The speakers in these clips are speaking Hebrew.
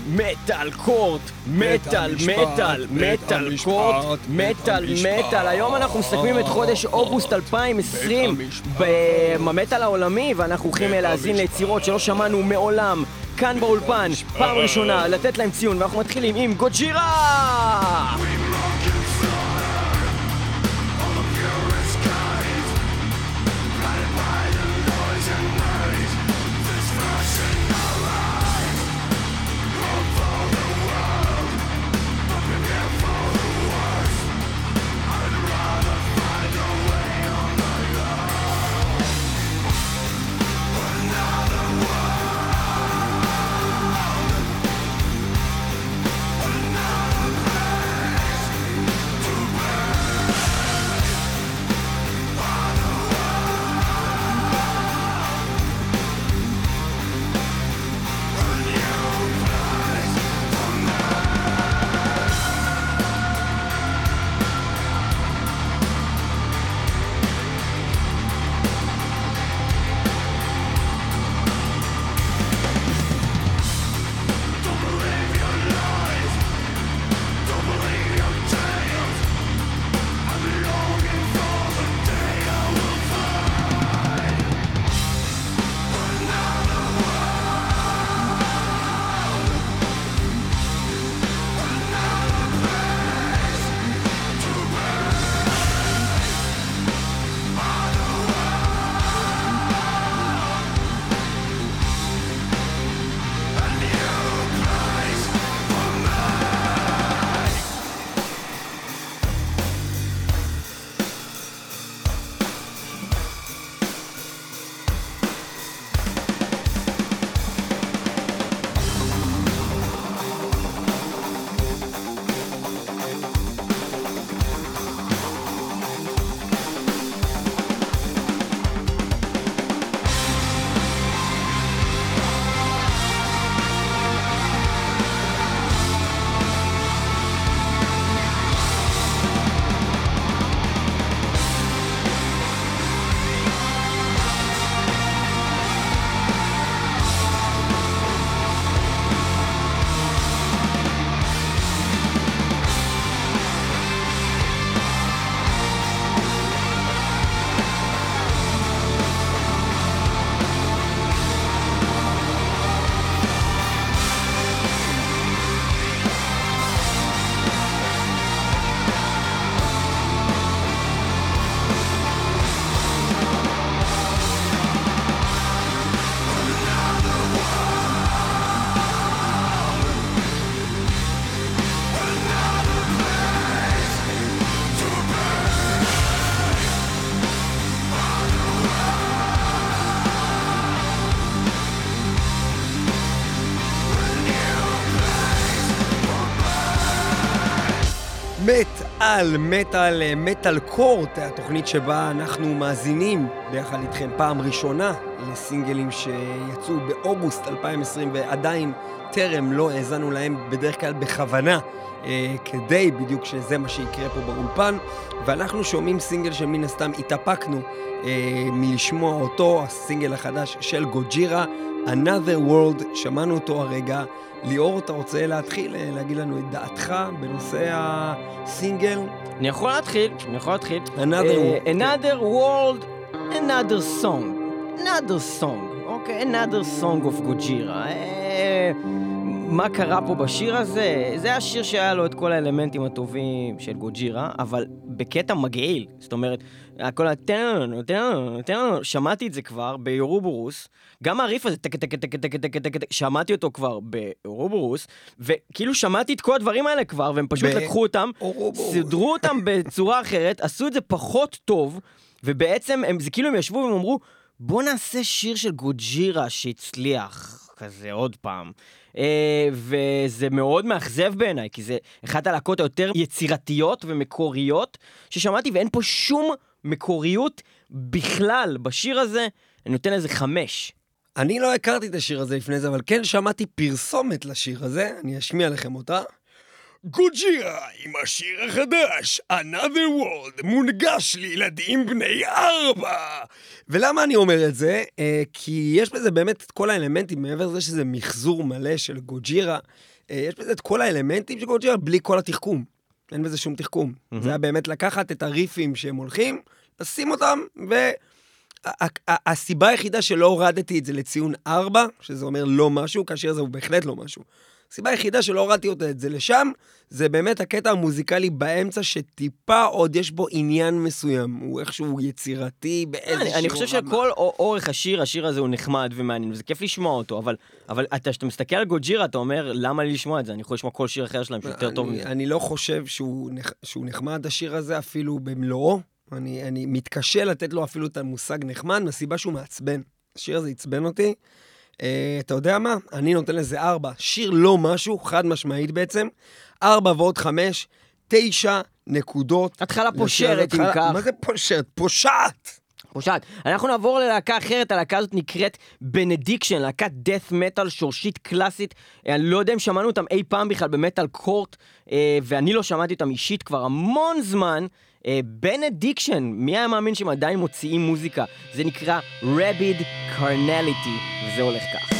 מטל קורט, מטל קורט, מטל. היום אנחנו מסכמים את חודש אוגוסט 2020 במטל העולמי, ואנחנו הולכים להאזין ליצירות שלא שמענו מעולם כאן באולפן, פעם ראשונה, לתת להם ציון, ואנחנו מתחילים עם גוג'ירה! מטל קורט, התוכנית שבה אנחנו מאזינים ביחד איתכם פעם ראשונה לסינגלים שיצאו באוגוסט 2020 ועדיין טרם לא האזנו להם, בדרך כלל בכוונה, כדי בדיוק שזה מה שיקרה פה באולפן. ואנחנו שומעים סינגל שמן הסתם התאפקנו מלשמוע אותו, הסינגל החדש של גוג'ירה, Another World. שמענו אותו הרגע. ליאור, אתה רוצה להתחיל להגיד לנו את דעתך בנושא הסינגל? אני יכול להתחיל. Another World, Another Song, אוקיי, Another Song of גוג'ירה. מה קרה פה בשיר הזה? זה השיר שהיה לו את כל האלמנטים הטובים של גוג'ירה, אבל בקטע מגעיל. זאת אומרת, הכל שמעתי את זה כבר באורובורוס, גם הריף הזה, שמעתי אותו כבר באורובורוס, וכאילו שמעתי את כל הדברים האלה כבר, והם פשוט לקחו אותם, סדרו אותם בצורה אחרת, עשו את זה פחות טוב, ובעצם זה כאילו הם ישבו והם אמרו, בוא נעשה שיר של גוג'ירה שהצליח כזה עוד פעם. וזה מאוד מאכזב בעיניי, כי זה אחת הלהקות היותר יצירתיות ומקוריות ששמעתי, ואין פה שום מקוריות בכלל בשיר הזה. אני נותן לזה 5. אני לא הכרתי את השיר הזה לפני זה, אבל כן שמעתי פרסומת לשיר הזה, אני אשמיע לכם אותה. גוג'ירה עם השיר החדש, Another World, מונגש לילדים בני 4. ולמה אני אומר את זה? כי יש בזה באמת את כל האלמנטים, מעבר לזה שזה מחזור מלא של גוג'ירה, יש בזה את כל האלמנטים של גוג'ירה בלי כל התחכום. אין בזה שום תחכום. זה היה באמת לקחת את הריפים שהם הולכים, לשים אותם, והסיבה היחידה שלא הורדתי את זה לציון 4, שזה אומר לא משהו, כאשר זה הוא בהחלט לא משהו. הסיבה היחידה שלא הורדתי את זה לשם, זה באמת הקטע המוזיקלי באמצע, שטיפה עוד יש בו עניין מסוים. הוא איכשהו יצירתי באיזשהו רמה. אני חושב שכל אורך השיר הזה הוא נחמד ומעניין, וזה כיף לשמוע אותו, אבל כשאתה מסתכל על גוג'ירה, אתה אומר, למה לי לשמוע את זה? אני יכול לשמוע כל שיר אחר שלהם שיותר טוב מזה. אני לא חושב שהוא נחמד, השיר הזה, אפילו במלואו. אני מתקשה לתת לו אפילו את המושג נחמד, מהסיבה שהוא מעצבן. השיר הזה יצבן אותי. אתה יודע מה? אני נותן לזה 4. שיר לא משהו, חד משמעית בעצם. 4 ועוד 5, 9 נקודות. התחלה פושרת אם כך. מה זה פושרת? פושעת! פושעת. אנחנו נעבור ללהקה אחרת, הלהקה הזאת נקראת בנדיקשן, להקת דאט מטל שורשית קלאסית. אני לא יודע אם שמענו אותם אי פעם בכלל במטל קורט, ואני לא שמעתי אותם אישית כבר המון זמן. בנדיקשן, מי היה מאמין שהם עדיין מוציאים מוזיקה? זה נקרא Rabid Carnality, וזה הולך כך.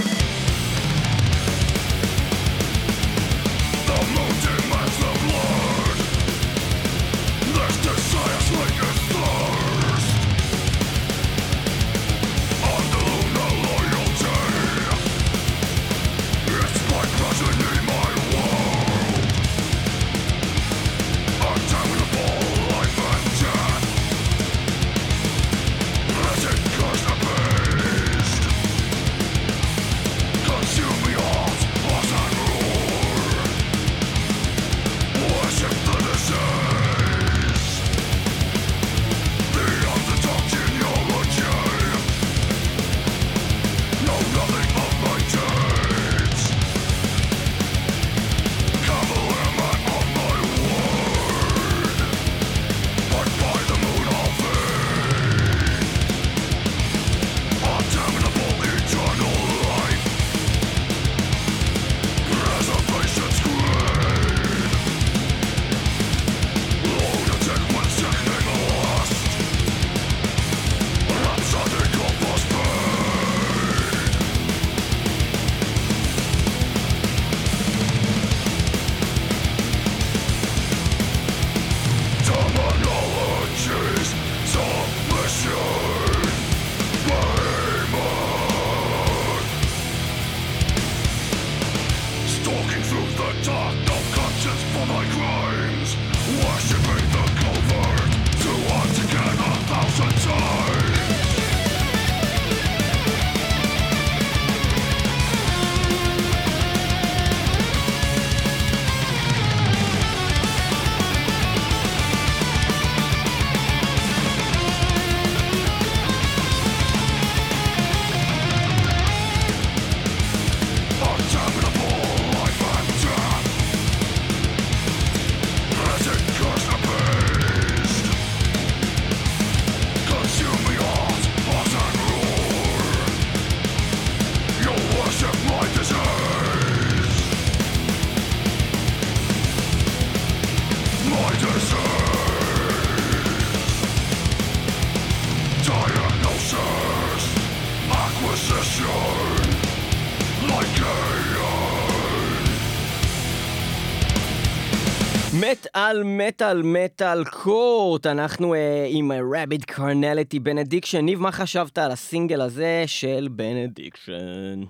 מטל קורט, אנחנו עם Rabid Carnality בנדיקשן. ניב, מה חשבת על הסינגל הזה של בנדיקשן?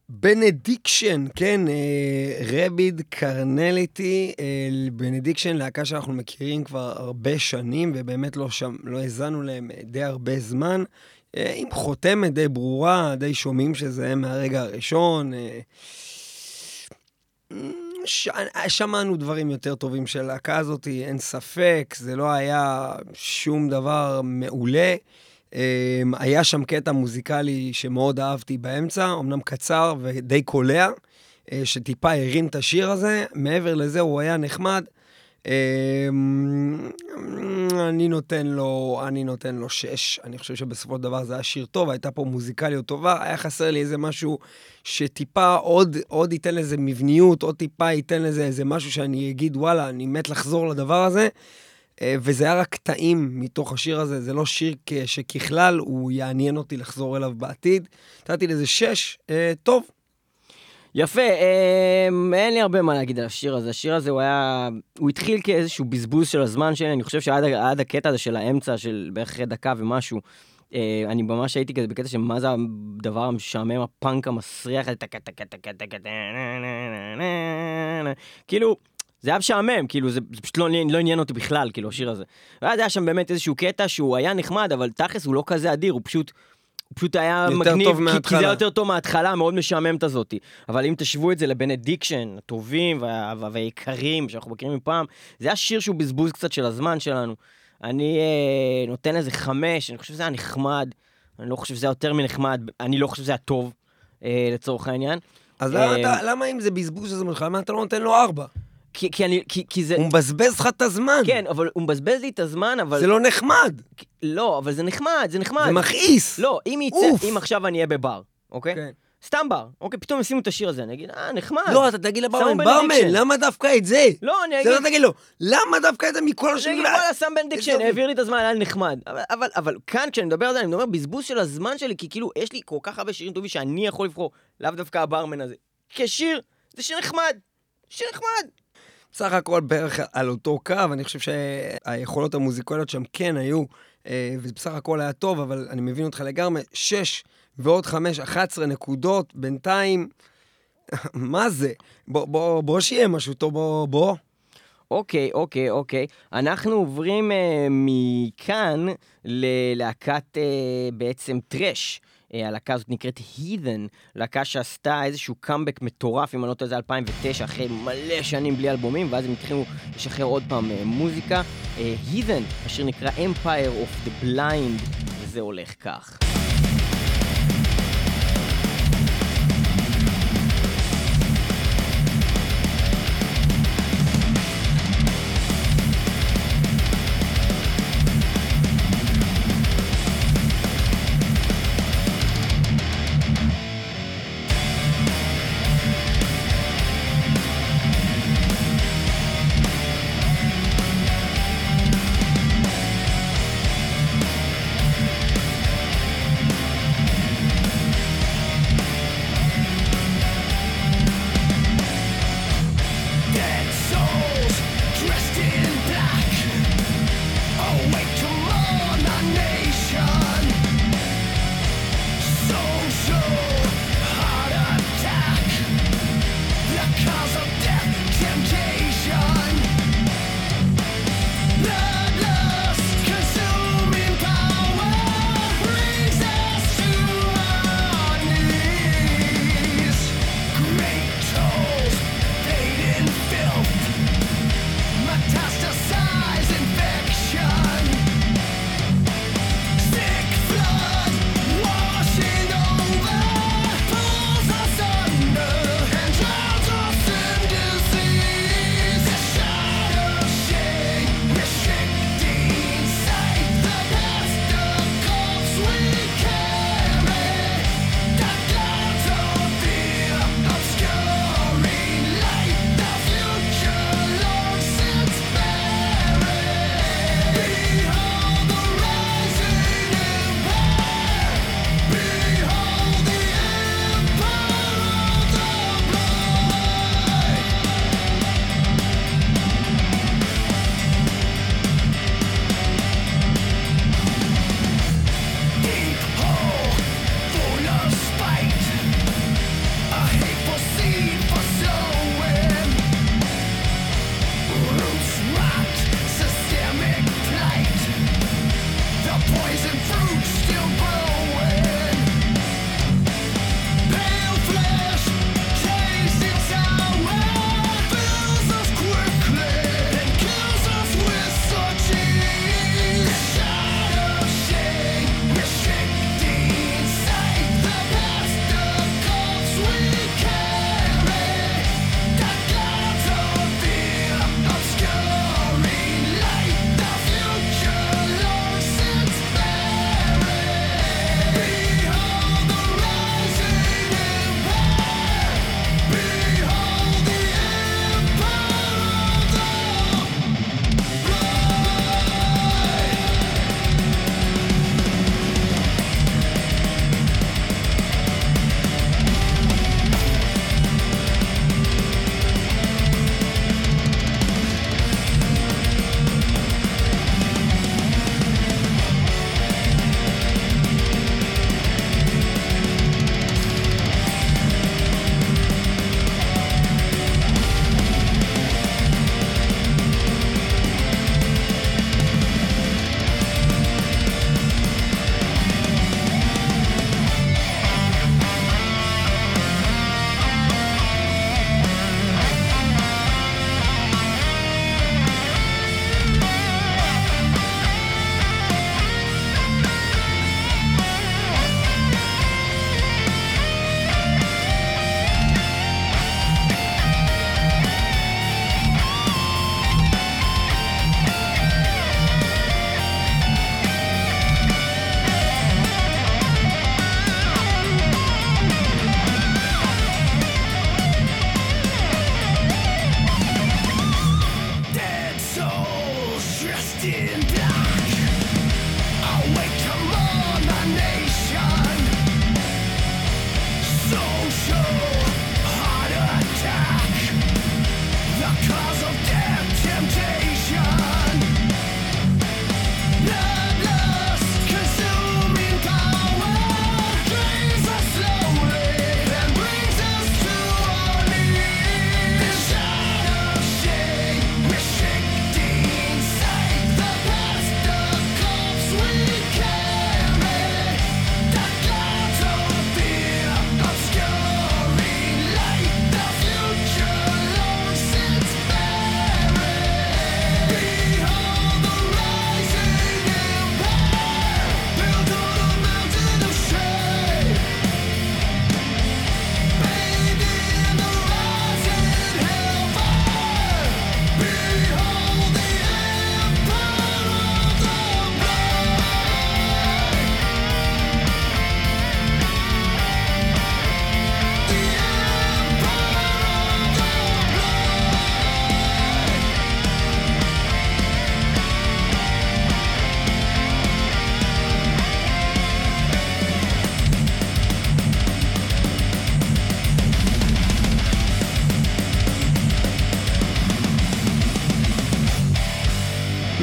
בנדיקשן, כן, Rabid Carnality, בנדיקשן, להקה שאנחנו מכירים כבר הרבה שנים, ובאמת לא הזנו להם די הרבה זמן, עם חותמת די ברורה, די שומעים שזה מהרגע הראשון, שמענו דברים יותר טובים של להקה הזאת, אין ספק, זה לא היה שום דבר מעולה. היה שם קטע מוזיקלי שמאוד אהבתי באמצע, אמנם קצר ודי קולע, שטיפה הרים את השיר הזה. מעבר לזה הוא היה נחמד. אני נותן לו 6. אני חושב שבסופו של דבר זה היה שיר טוב, הייתה פה מוזיקליות טובה, היה חסר לי איזה משהו שטיפה עוד ייתן לזה מבניות, עוד טיפה ייתן לזה איזה משהו שאני אגיד, וואלה, אני מת לחזור לדבר הזה, וזה היה רק קטעים מתוך השיר הזה, זה לא שיר שככלל הוא יעניין אותי לחזור אליו בעתיד. נתתי לזה 6, טוב. יפה, אין לי הרבה מה להגיד על השיר הזה. השיר הזה הוא התחיל כאיזשהו בזבוז של הזמן שלי, אני חושב שעד הקטע הזה של האמצע, של בערך דקה ומשהו, אני ממש הייתי כזה בקטע שמה זה הדבר המשעמם, הפאנק המסריח, כאילו, זה היה משעמם, כאילו, זה פשוט לא עניין אותי בכלל, כאילו, השיר הזה. ואז היה שם באמת איזשהו קטע שהוא היה נחמד, אבל תכלס הוא לא כזה אדיר, הוא פשוט היה מגניב, כי זה היה יותר טוב מההתחלה, מאוד משעממת הזאת. אבל אם תשוו את זה לבנדיקשן, הטובים והיקרים שאנחנו מכירים מפעם, זה היה שיר שהוא בזבוז קצת של הזמן שלנו. אני נותן איזה 5, אני חושב שזה היה נחמד, אני לא חושב שזה היה יותר מנחמד, אני לא חושב שזה היה טוב, לצורך העניין. אז למה אם זה בזבוז של הזמן שלך, למה אתה לא נותן לו 4? כי זה... הוא מבזבז לך את הזמן. כן, אבל הוא מבזבז לי את הזמן, אבל... זה לא נחמד. לא, אבל זה נחמד, זה נחמד. זה מכעיס. לא, אם עכשיו אני אהיה בבר, אוקיי? כן. סתם בר, אוקיי? פתאום ישימו את השיר הזה, אני אגיד, נחמד. לא, אתה תגיד לברמן, ברמן, למה דווקא את זה? לא, אני אגיד... זה לא תגיד לו, למה דווקא את זה מכל השיר? אני אגיד, וואלה, סם בנדיקשן, העביר לי את הזמן, היה נחמד. אבל כאן, כשאני מדבר על זה, אני מדבר בזבוז של הזמן שלי, כי כאילו, יש לי כל כך הרבה שירים טובים שאני יכול לבחור, לאו דווקא הברמן הזה. כשיר, זה שיר נחמד. שיר נחמד. בסך הכל בערך על אותו קו, אני חושב שהיכולות המוזיקליות שם כן היו, ובסך הכל היה טוב, אבל אני מבין אותך לגמרי, 6 ועוד 5, 11 נקודות, בינתיים, מה זה? בוא שיהיה משהו טוב, בוא. אוקיי. אנחנו עוברים מכאן ללהקת בעצם טרש. הלהקה הזאת נקראת Heathen, להקה שעשתה איזשהו קאמבק מטורף, אם אני לא טועה זה 2009, אחרי מלא שנים בלי אלבומים, ואז הם התחילו לשחרר עוד פעם מוזיקה. Heathen, השיר נקרא Empire of the Blind, וזה הולך כך.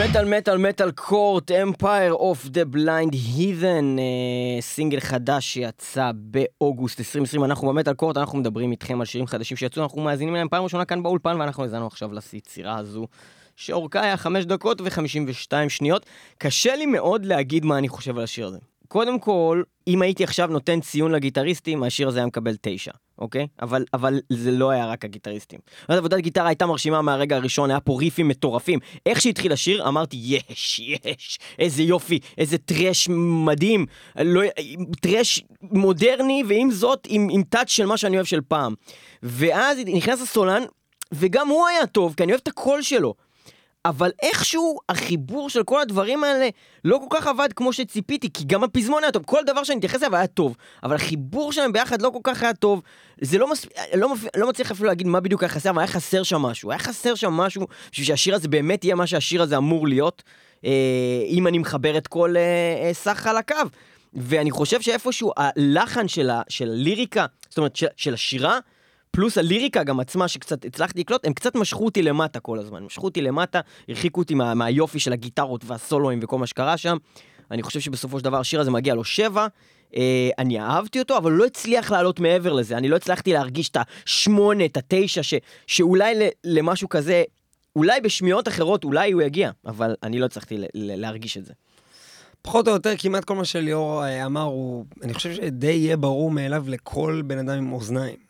מטל קורט, Empire of the Blind Heathen, סינגל חדש שיצא באוגוסט 2020. אנחנו במטל קורט, אנחנו מדברים איתכם על שירים חדשים שיצאו, אנחנו מאזינים להם פעם ראשונה כאן באולפן, ואנחנו הזנו עכשיו לסדרה הזו, שאורכה היה 5 דקות ו52 שניות. קשה לי מאוד להגיד מה אני חושב על השיר הזה. קודם כל, אם הייתי עכשיו נותן ציון לגיטריסטים, השיר הזה היה מקבל 9, אוקיי? אבל זה לא היה רק הגיטריסטים. עבודת גיטרה הייתה מרשימה מהרגע הראשון, היה פה ריפים מטורפים. איך שהתחיל השיר, אמרתי, יש, איזה יופי, איזה טרש מדהים, טרש מודרני, ועם זאת, עם טאץ' של מה שאני אוהב של פעם. ואז נכנס הסולן, וגם הוא היה טוב, כי אני אוהב את הקול שלו. אבל איכשהו החיבור של כל הדברים האלה לא כל כך עבד כמו שציפיתי, כי גם הפזמון היה טוב, כל דבר שאני מתייחס אליו היה טוב, אבל החיבור שלהם ביחד לא כל כך היה טוב, זה לא מצליח אפילו להגיד מה בדיוק היה חסר, אבל היה חסר שם משהו, בשביל שהשיר הזה באמת יהיה מה שהשיר הזה אמור להיות, אם אני מחבר את כל סך חלקיו, ואני חושב שאיפשהו הלחן של הליריקה, זאת אומרת של השירה, פלוס הליריקה גם עצמה שקצת הצלחתי לקלוט, הם קצת משכו אותי למטה כל הזמן. משכו אותי למטה, הרחיקו אותי מהיופי של הגיטרות והסולואים וכל מה שקרה שם. אני חושב שבסופו של דבר השיר הזה מגיע לו 7. אני אהבתי אותו, אבל לא הצליח לעלות מעבר לזה. אני לא הצלחתי להרגיש את ה8, את ה9, שאולי למשהו כזה, אולי בשמיעות אחרות, אולי הוא יגיע, אבל אני לא הצלחתי להרגיש את זה. פחות או יותר, כמעט כל מה שליאור אמר, אני חושב שדי יהיה ברור מאליו לכל בן אדם עם אוזניים.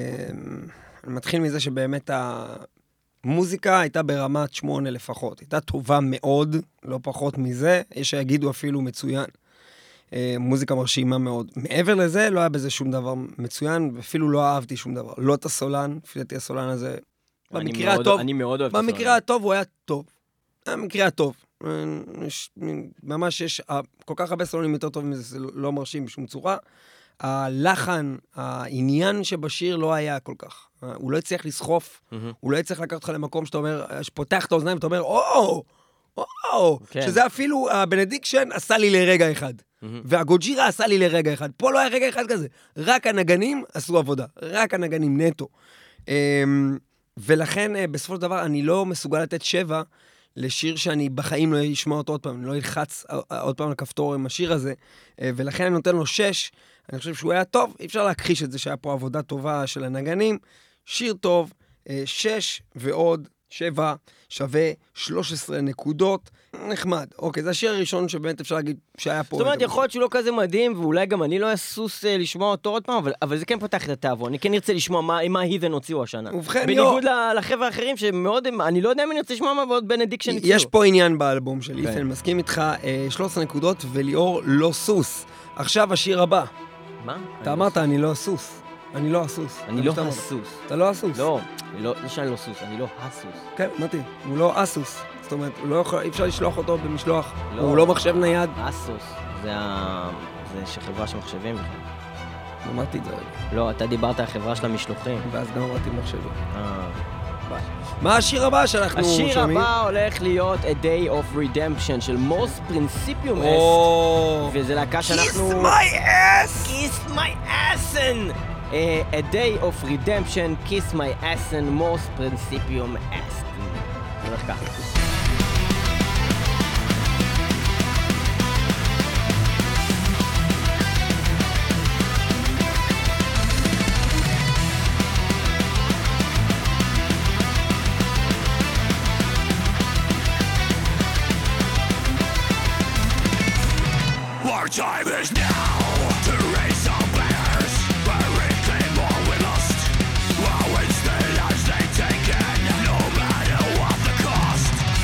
אני מתחיל מזה שבאמת המוזיקה הייתה ברמת 8 לפחות, הייתה טובה מאוד, לא פחות מזה, יש שיגידו אפילו מצוין. מוזיקה מרשימה מאוד. מעבר לזה לא היה בזה שום דבר מצוין, ואפילו לא אהבתי שום דבר. לא את הסולן, לפי דעתי הסולן הזה, במקרה הטוב, אני מאוד אוהב את הסולן. במקרה הטוב הוא היה טוב. במקרה הטוב. ממש יש כל כך הרבה סולנים יותר טוב מזה, זה לא מרשים בשום צורה. הלחן, העניין שבשיר לא היה כל כך. הוא לא הצליח לסחוף, הוא לא הצליח לקחת אותך למקום שאתה אומר, שפותח את האוזניים ואתה אומר, שזה אפילו הבנדיקשן עשה לי לרגע אחד. והגוג'ירה עשה לי לרגע אחד. פה לא היה רגע אחד כזה. רק הנגנים עשו עבודה. רק הנגנים נטו. ולכן, בסופו של דבר, אני לא מסוגל לתת 7 לשיר שאני בחיים לא אשמע אותו עוד פעם. אני לא אלחץ עוד פעם לכפתור עם השיר הזה. ולכן אני נותן לו 6. אני חושב שהוא היה טוב, אי אפשר להכחיש את זה שהיה פה עבודה טובה של הנגנים, שיר טוב, 6 ועוד 7 שווה 13 נקודות, נחמד. אוקיי, זה השיר הראשון שבאמת אפשר להגיד שהיה פה. זאת אומרת, יכול להיות שהוא לא כזה מדהים, ואולי גם אני לא אסוס לשמוע אותו עוד פעם, אבל זה כן פותח את התאבון, אני כן נרצה לשמוע מה הית'ן הוציאו השנה. בניגוד לחבר'ה האחרים שמאוד, אני לא יודע אם אני רוצה לשמוע מה ועוד בנדיקשן הציעו. יש פה עניין באלבום של הית'ן, מסכים איתך, 13 נקודות וליאור לא סוס. עכשיו השיר הבא. מה? אתה אמרת, אני לא הסוס. אני לא הסוס. אני לא הסוס. אתה לא הסוס? לא, לא שאני לא סוס, אני לא הסוס. כן, אמרתי, הוא לא הסוס. זאת אומרת, אי אפשר לשלוח אותו במשלוח. הוא לא מחשב נייד. הסוס, זה חברה של מחשבים בכלל. אמרתי את זה רגע. לא, אתה דיברת על חברה של המשלוחים. ואז גם אמרתי מחשבים. מה השיר הבא שאנחנו שומעים? השיר הבא הולך להיות A Day of Redemption של מוס פרינסיפיום S. וזה להקה שאנחנו... Kiss my ass! Kiss my ass! A Day of Redemption, Kiss my ass, מוס פרינסיפיום S. זה הולך ככה. Time is now to raise our banners, where reclaim all we lost. While it's the lives they've taken, no matter what the cost.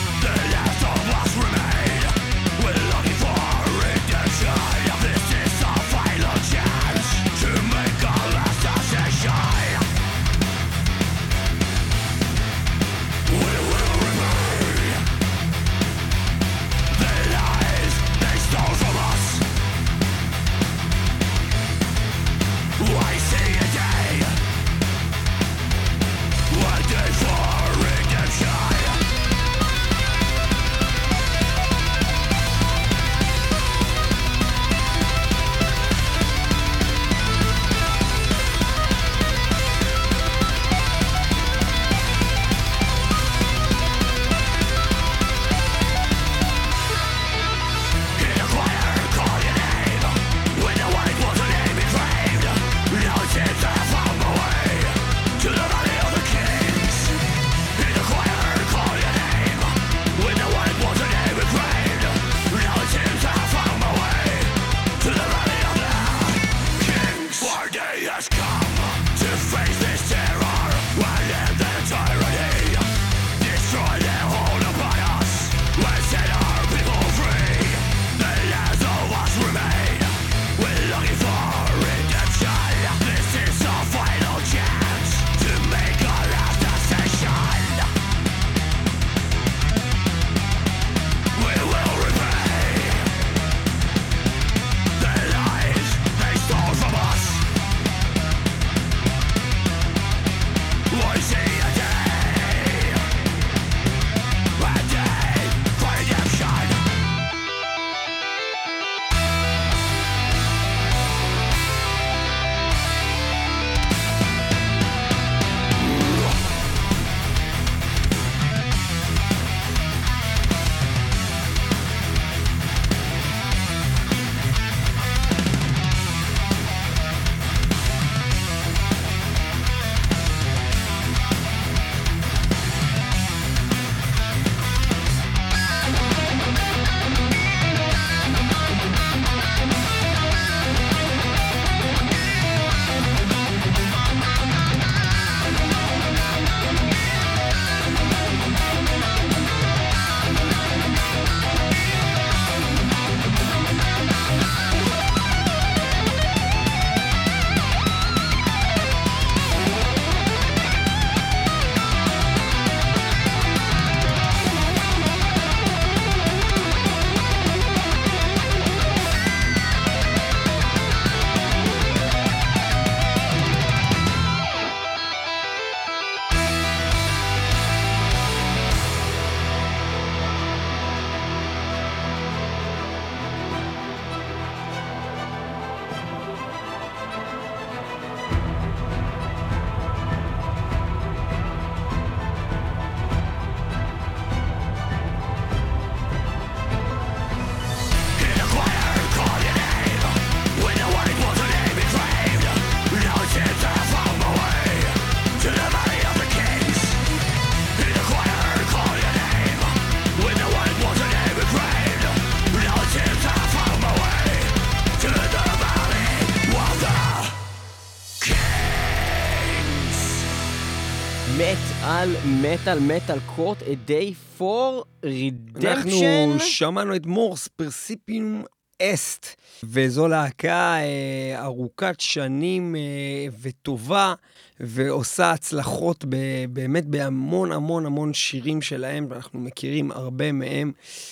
מטל קורט, A Day for Redemption. אנחנו שמענו את מורס פרסיפיום אסט, וזו להקה ארוכת שנים וטובה, ועושה הצלחות באמת בהמון המון המון שירים שלהם, ואנחנו מכירים הרבה מהם,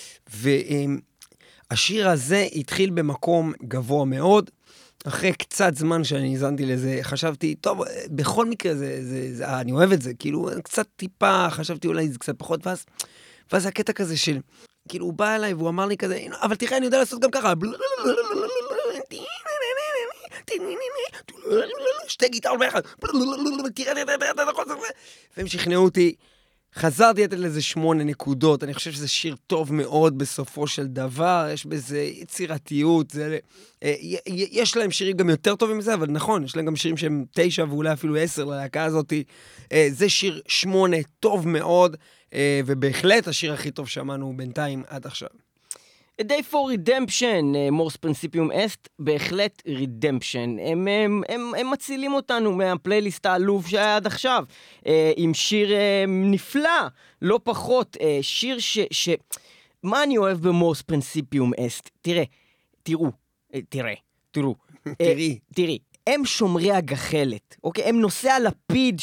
והשיר הזה התחיל במקום גבוה מאוד, אחרי קצת זמן שאני הזנתי לזה, חשבתי, טוב, בכל מקרה אני אוהב את זה, כאילו, קצת טיפה, חשבתי אולי זה קצת פחות, ואז הקטע כזה של, כאילו, הוא בא אליי והוא אמר לי כזה, אבל תראה, אני יודע לעשות גם ככה, שתי גיטרות ביחד, תראה, והם שכנעו אותי, חזרתי לתת לזה 8 נקודות, אני חושב שזה שיר טוב מאוד בסופו של דבר, יש בזה יצירתיות, יש להם שירים גם יותר טובים מזה, אבל נכון, יש להם גם שירים שהם 9 ואולי אפילו 10 ללהקה הזאת, זה שיר 8 טוב מאוד, ובהחלט השיר הכי טוב שמענו בינתיים עד עכשיו. A Day for Redemption, מורס פרינסיפיום אסט, בהחלט Redemption. הם מצילים אותנו מהפלייליסט העלוב שהיה עד עכשיו, עם שיר נפלא, לא פחות, שיר מה אני אוהב במורס פרינסיפיום אסט? תראי, הם שומרי הגחלת, אוקיי? הם נושא הלפיד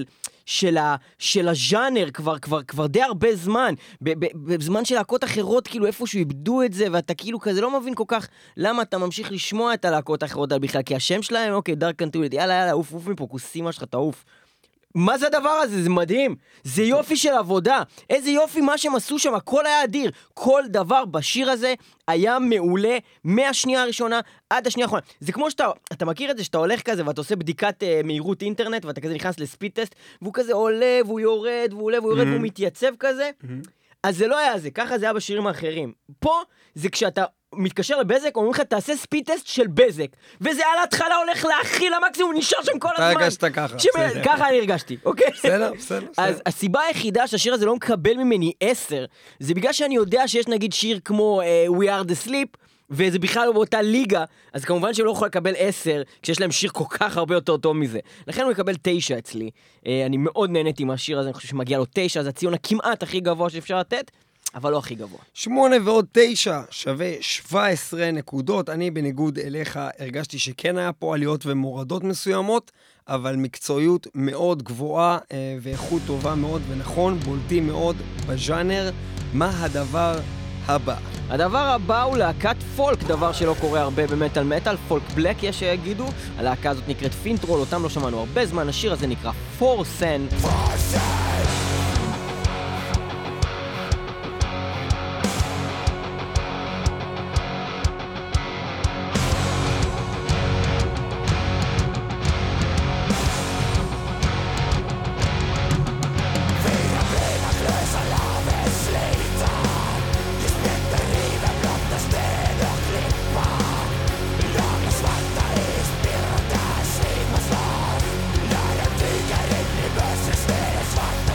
של הז'אנר כבר די הרבה זמן, בזמן של להקות אחרות כאילו איפשהו איבדו את זה, ואתה כאילו כזה לא מבין כל כך למה אתה ממשיך לשמוע את הלהקות האחרות בכלל, כי השם שלהם, אוקיי, דארק קנטרול, יאללה, עוף מפה, כוסימה שלך, תעוף. מה זה הדבר הזה? זה מדהים. זה יופי של עבודה. איזה יופי מה שהם עשו שם, הכל היה אדיר. כל דבר בשיר הזה היה מעולה מהשנייה הראשונה עד השנייה האחרונה. זה כמו אתה מכיר את זה שאתה הולך כזה ואתה עושה בדיקת מהירות אינטרנט ואתה כזה נכנס לספיד טסט והוא כזה עולה והוא יורד והוא עולה והוא יורד והוא מתייצב כזה. אז זה לא היה זה, ככה זה היה בשירים האחרים. פה זה כשאתה מתקשר לבזק, אומרים לך, תעשה ספיד טסט של בזק. וזה על ההתחלה הולך להכיל המקסימום, נשאר שם כל הזמן. אתה הרגשת ככה. ככה אני הרגשתי, אוקיי? בסדר. אז הסיבה היחידה שהשיר הזה לא מקבל ממני 10, זה בגלל שאני יודע שיש נגיד שיר כמו We Are The Sleep, וזה בכלל לא באותה ליגה, אז כמובן שלא יכול לקבל 10, כשיש להם שיר כל כך הרבה יותר טוב מזה. לכן הוא יקבל 9 אצלי. אני מאוד נהניתי מהשיר הזה, אני חושב שמגיע לו 9, זה הציון הכמעט הכי גבוה שאפשר לתת. אבל לא הכי גבוה. 8 ועוד 9 שווה 17 נקודות. אני בניגוד אליך הרגשתי שכן היה פה עליות ומורדות מסוימות, אבל מקצועיות מאוד גבוהה ואיכות טובה מאוד ונכון, בולטים מאוד בז'אנר. מה הדבר הבא? הדבר הבא הוא להקת פולק, דבר שלא קורה הרבה במטל, פולק בלק יש שיגידו. הלהקה הזאת נקראת פינטרול, אותם לא שמענו הרבה זמן, השיר הזה נקרא פורסן. Svart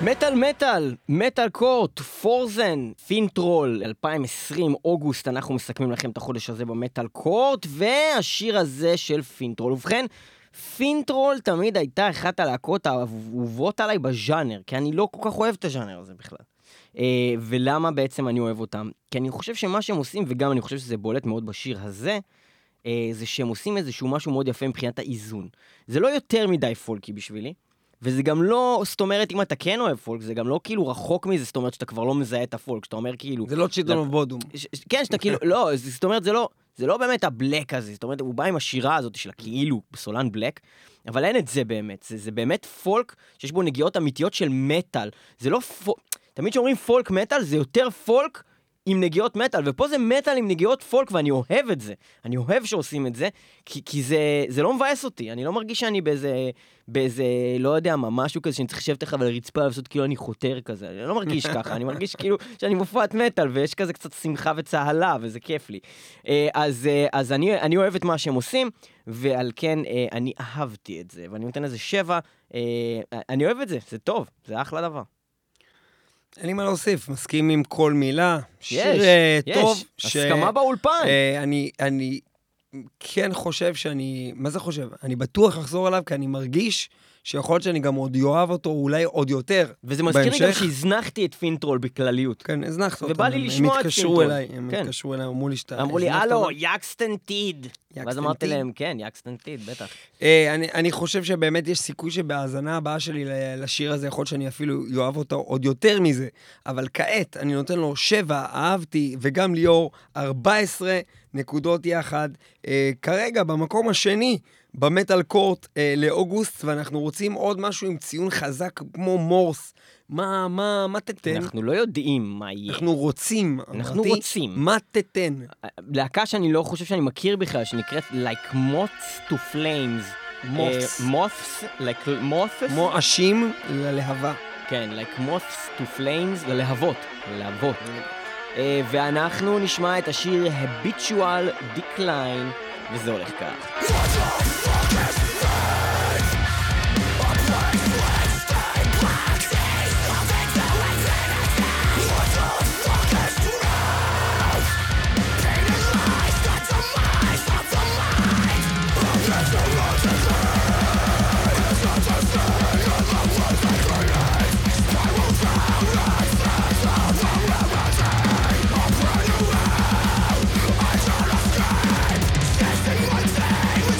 מטל קורט, פורזן, פינטרול, 2020, אוגוסט, אנחנו מסכמים לכם את החודש הזה במטל קורט, והשיר הזה של פינטרול. ובכן, פינטרול תמיד הייתה אחת הלהקות האהובות עליי בז'אנר, כי אני לא כל כך אוהב את הז'אנר הזה בכלל. ולמה בעצם אני אוהב אותם? כי אני חושב שמה שהם עושים, וגם אני חושב שזה בולט מאוד בשיר הזה, זה שהם עושים איזשהו משהו מאוד יפה מבחינת האיזון. זה לא יותר מדי פולקי בשבילי, וזה גם לא, זאת אומרת, אם אתה כן אוהב פולק, זה גם לא כאילו רחוק מזה, זאת אומרת שאתה כבר לא מזהה את הפולק, שאתה אומר כאילו... זה לא צ'יטון אוף בודום. כן, שאתה כאילו, לא, זאת אומרת, זה לא באמת הבלק הזה, זאת אומרת, הוא בא עם השירה הזאת של הכאילו בסולן בלק, אבל אין את זה באמת, זה באמת פולק שיש בו נגיעות אמיתיות של מטל, זה לא פולק, תמיד שאומרים פולק מטל, זה יותר פולק עם נגיעות מטל, ופה זה מטל עם נגיעות פולק, ואני אוהב את זה. אני אוהב שעושים את זה, כי זה לא מבאס אותי. אני לא מרגיש שאני באיזה, לא יודע מה, משהו כזה, שאני צריך לשבת לך ולרצפה, ולעשות כאילו אני חותר כזה. אני לא מרגיש ככה, אני מרגיש כאילו שאני מופעת מטל, ויש כזה קצת שמחה וצהלה, וזה כיף לי. אז אני אוהב את מה שהם עושים, ועל כן אני אהבתי את זה, ואני נותן איזה 7, אני אוהב את זה, זה טוב, זה אחלה דבר. אין לי מה להוסיף, מסכים עם כל מילה. שיר טוב. הסכמה באולפן. אני כן חושב שאני, מה זה חושב? אני בטוח אחזור עליו, כי אני מרגיש שיכול להיות שאני גם עוד יאהב אותו, אולי עוד יותר. וזה מזכיר לי גם שהזנחתי את פינטרול בכלליות. כן, הזנחת אותו. ובא לי לשמוע את פינטרול. הם התקשרו אליי, אמרו לי שאתה... אמרו לי, הלו, יקסטנטיד. ואז אמרתי להם, כן, יקסטנטיד, בטח. אני חושב שבאמת יש סיכוי שבהאזנה הבאה שלי לשיר הזה, יכול להיות שאני אפילו יאהב אותו עוד יותר מזה. אבל כעת, אני נותן לו 7, אהבתי, וגם ליאור, 14 נקודות יחד. כרגע, במקום השני, במטל קורט לאוגוסט, ואנחנו רוצים עוד משהו עם ציון חזק כמו מורס. מה תתן? אנחנו לא יודעים מה יהיה. אנחנו רוצים. מה תתן? להקה שאני לא חושב שאני מכיר בכלל, שנקראת Like Moths to Flames. Moths? Like Moths? כמו אשים ללהבה. כן, Like Moths to Flames, ללהבות. ואנחנו נשמע את השיר Habitual Decline, וזה הולך כך. Testing one day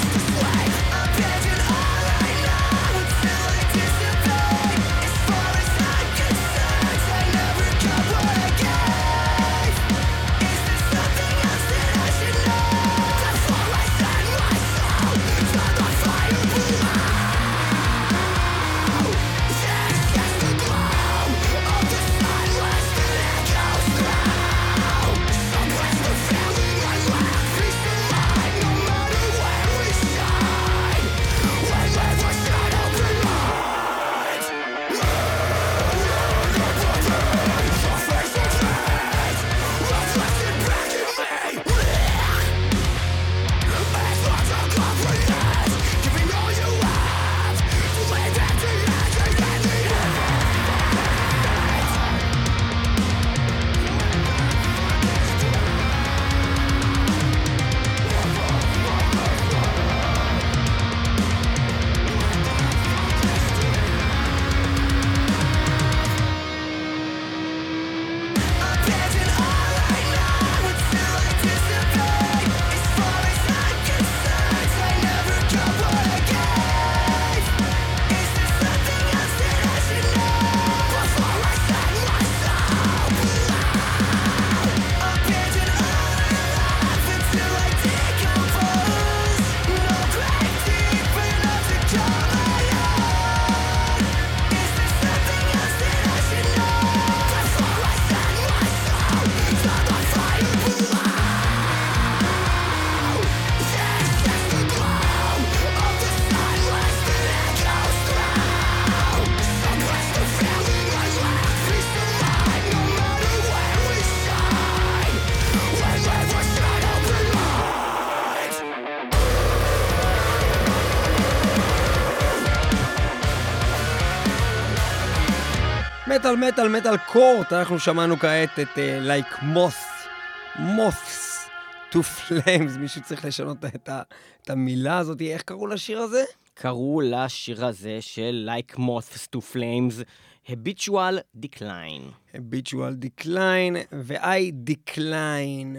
מטל קורט, אנחנו שמענו כעת את Like Moths to Flames, מישהו צריך לשנות את המילה הזאת, איך קראו לשיר הזה? קראו לשיר הזה של Like Moths to Flames, Habitual Decline. Habitual Decline, ו-I Decline.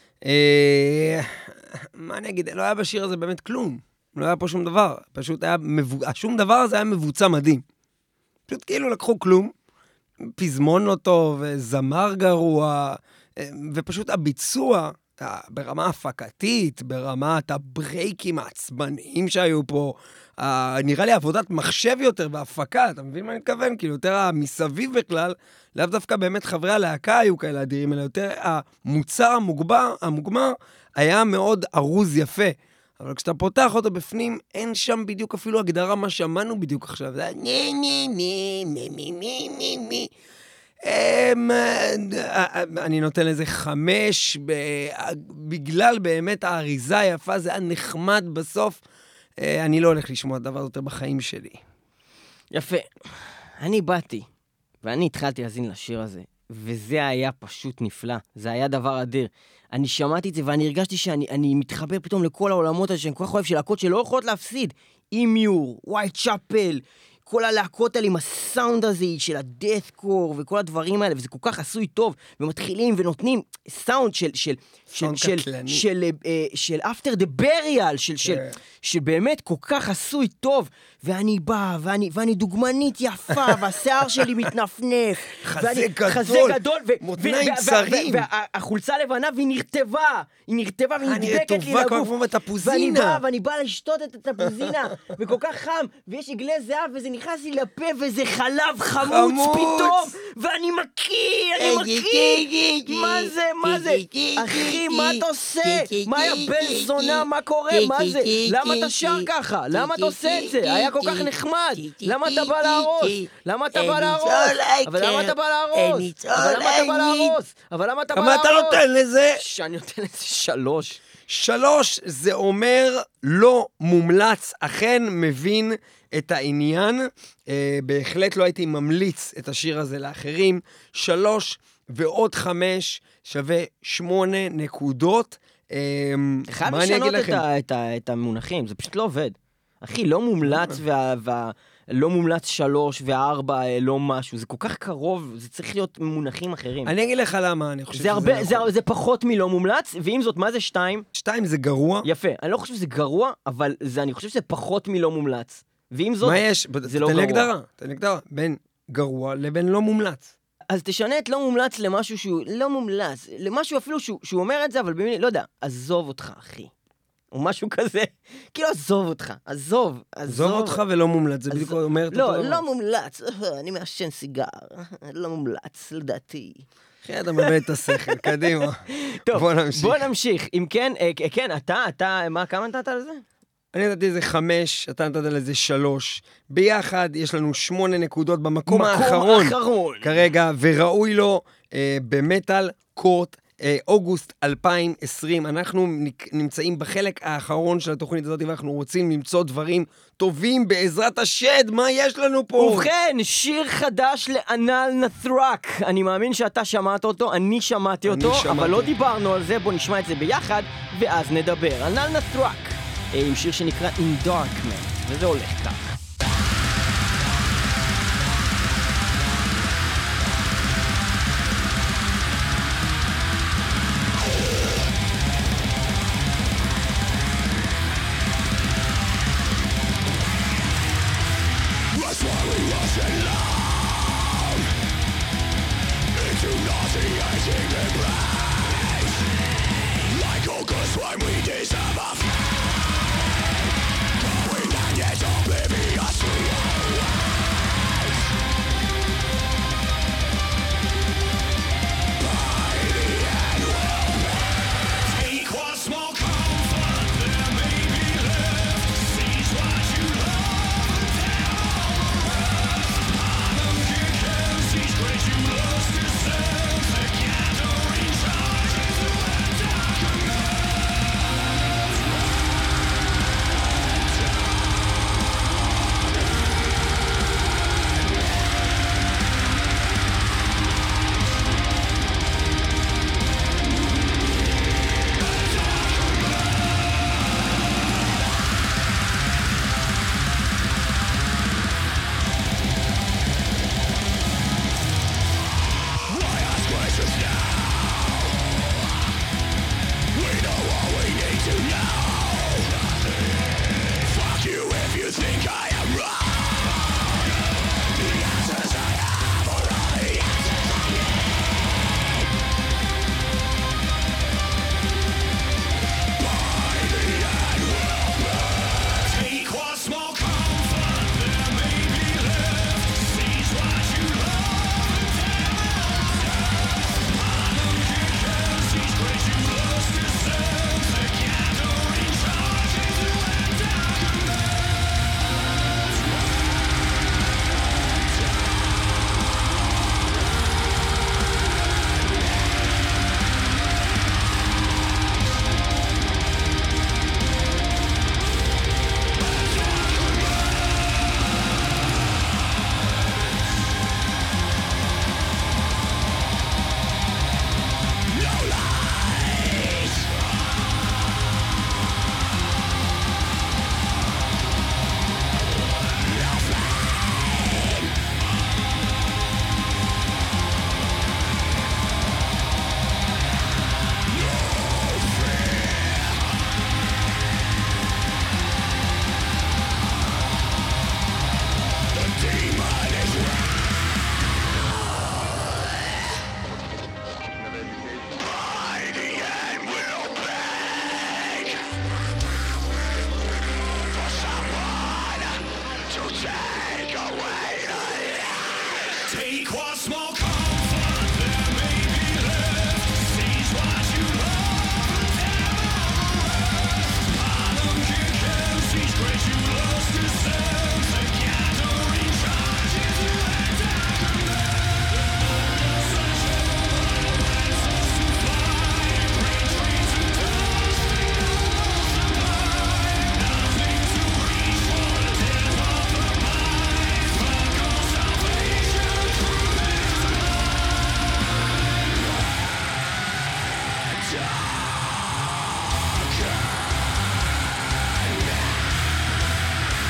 מה אני אגיד? לא היה בשיר הזה באמת כלום. לא היה פה שום דבר. פשוט היה שום דבר הזה היה מבוצע מדהים. פשוט כאילו לקחו כלום, פזמון לא טוב, זמר גרוע, ופשוט הביצוע, ברמה הפקתית, ברמת הברייקים העצבניים שהיו פה, נראה לי עבודת מחשב יותר בהפקה, אתה מבין מה אני מתכוון? כאילו יותר המסביב בכלל, לאו דווקא באמת חברי הלהקה היו כאלה אדירים, אלא יותר המוצר המוגמר היה מאוד ארוז יפה. אבל כשאתה פותח אותו בפנים, אין שם בדיוק אפילו הגדרה מה שמענו בדיוק עכשיו. זה היה ני. אני נותן לזה 5, בגלל באמת האריזה היפה, זה היה נחמד בסוף. אני לא הולך לשמוע דבר יותר בחיים שלי. יפה. אני באתי, ואני התחלתי להזין לשיר הזה, וזה היה פשוט נפלא. זה היה דבר אדיר. אני שמעתי את זה, ואני הרגשתי שאני מתחבר פתאום לכל העולמות האלה, שאני כל כך אוהב של להקות שלא יכולות להפסיד. אימיור, ווייט צ'אפל, כל הלהקות האלה עם הסאונד הזה של הדאת'קור וכל הדברים האלה, וזה כל כך עשוי טוב, ומתחילים ונותנים סאונד של after the burial, של באמת כל כך עשוי טוב, ואני בא, ואני דוגמנית יפה, והשיער שלי מתנפנף, חזה גדול, מותניים צרים, והחולצה לבנה, והיא נרטבה, והיא נדבקת לי לגוף, ואני בא לשתות את התפוזינה, וכל כך חם, ויש עגלי זהב, וזה נכנס לי לפה, וזה חלב חמוץ פתאום, ואני מקיא, מה זה? אחי, מה אתה עושה? מה היה בן זונה? מה קורה? מה זה? למה אתה שר ככה? למה אתה עושה את זה? היה כל כך נחמד. למה אתה בא להרוס? אבל למה אתה בא להרוס? כמה אתה נותן לזה? שאני נותן לזה 3. 3 זה אומר לא מומלץ, אכן מבין את העניין, בהחלט לא הייתי ממליץ את השיר הזה לאחרים. 3 ועוד 5 שווה 8 נקודות. חייב לשנות את המונחים, זה פשוט לא עובד. אחי, לא מומלץ לא מומלץ 3 ו4 לא משהו, זה כל כך קרוב, זה צריך להיות מונחים אחרים. אני אגיד לך למה, אני חושב שזה נכון. זה פחות מלא מומלץ, ואם זאת, מה זה 2? 2 זה גרוע. יפה, אני לא חושב שזה גרוע, אבל אני חושב שזה פחות מלא מומלץ. ואם זאת, זה לא גרוע. תן לי הגדרה, בין גרוע לבין לא מומלץ. אז תשנה את לא מומלץ למשהו שהוא לא מומלץ, למשהו אפילו שהוא אומר את זה, אבל במילים, לא יודע, עזוב אותך, אחי. או משהו כזה, כאילו עזוב אותך, עזוב אותך ולא מומלץ, זה בדיוק אומר את אותו דבר. לא מומלץ, אני מעשן סיגר, לא מומלץ, לדעתי. אחי, אתה מביא את השכל, קדימה. טוב, בוא נמשיך. אם כן, אתה, כמה נתת על זה? אני נתתי לזה 5, אתה נתת לזה 3. ביחד יש לנו 8 נקודות במקום האחרון. כרגע, וראוי לו במטל קורט, אוגוסט 2020. אנחנו נמצאים בחלק האחרון של התוכנית הזאת, ואנחנו רוצים למצוא דברים טובים בעזרת השד. מה יש לנו פה? ובכן, שיר חדש לאנל נת'רק. אני מאמין שאתה שמעת אותו, אני שמעתי אותו, אבל לא דיברנו על זה. בוא נשמע את זה ביחד, ואז נדבר. אנל נת'רק, עם שיר שנקרא In Darkness, וזה הולך כך. When we disappear, going down, yes, oblivion.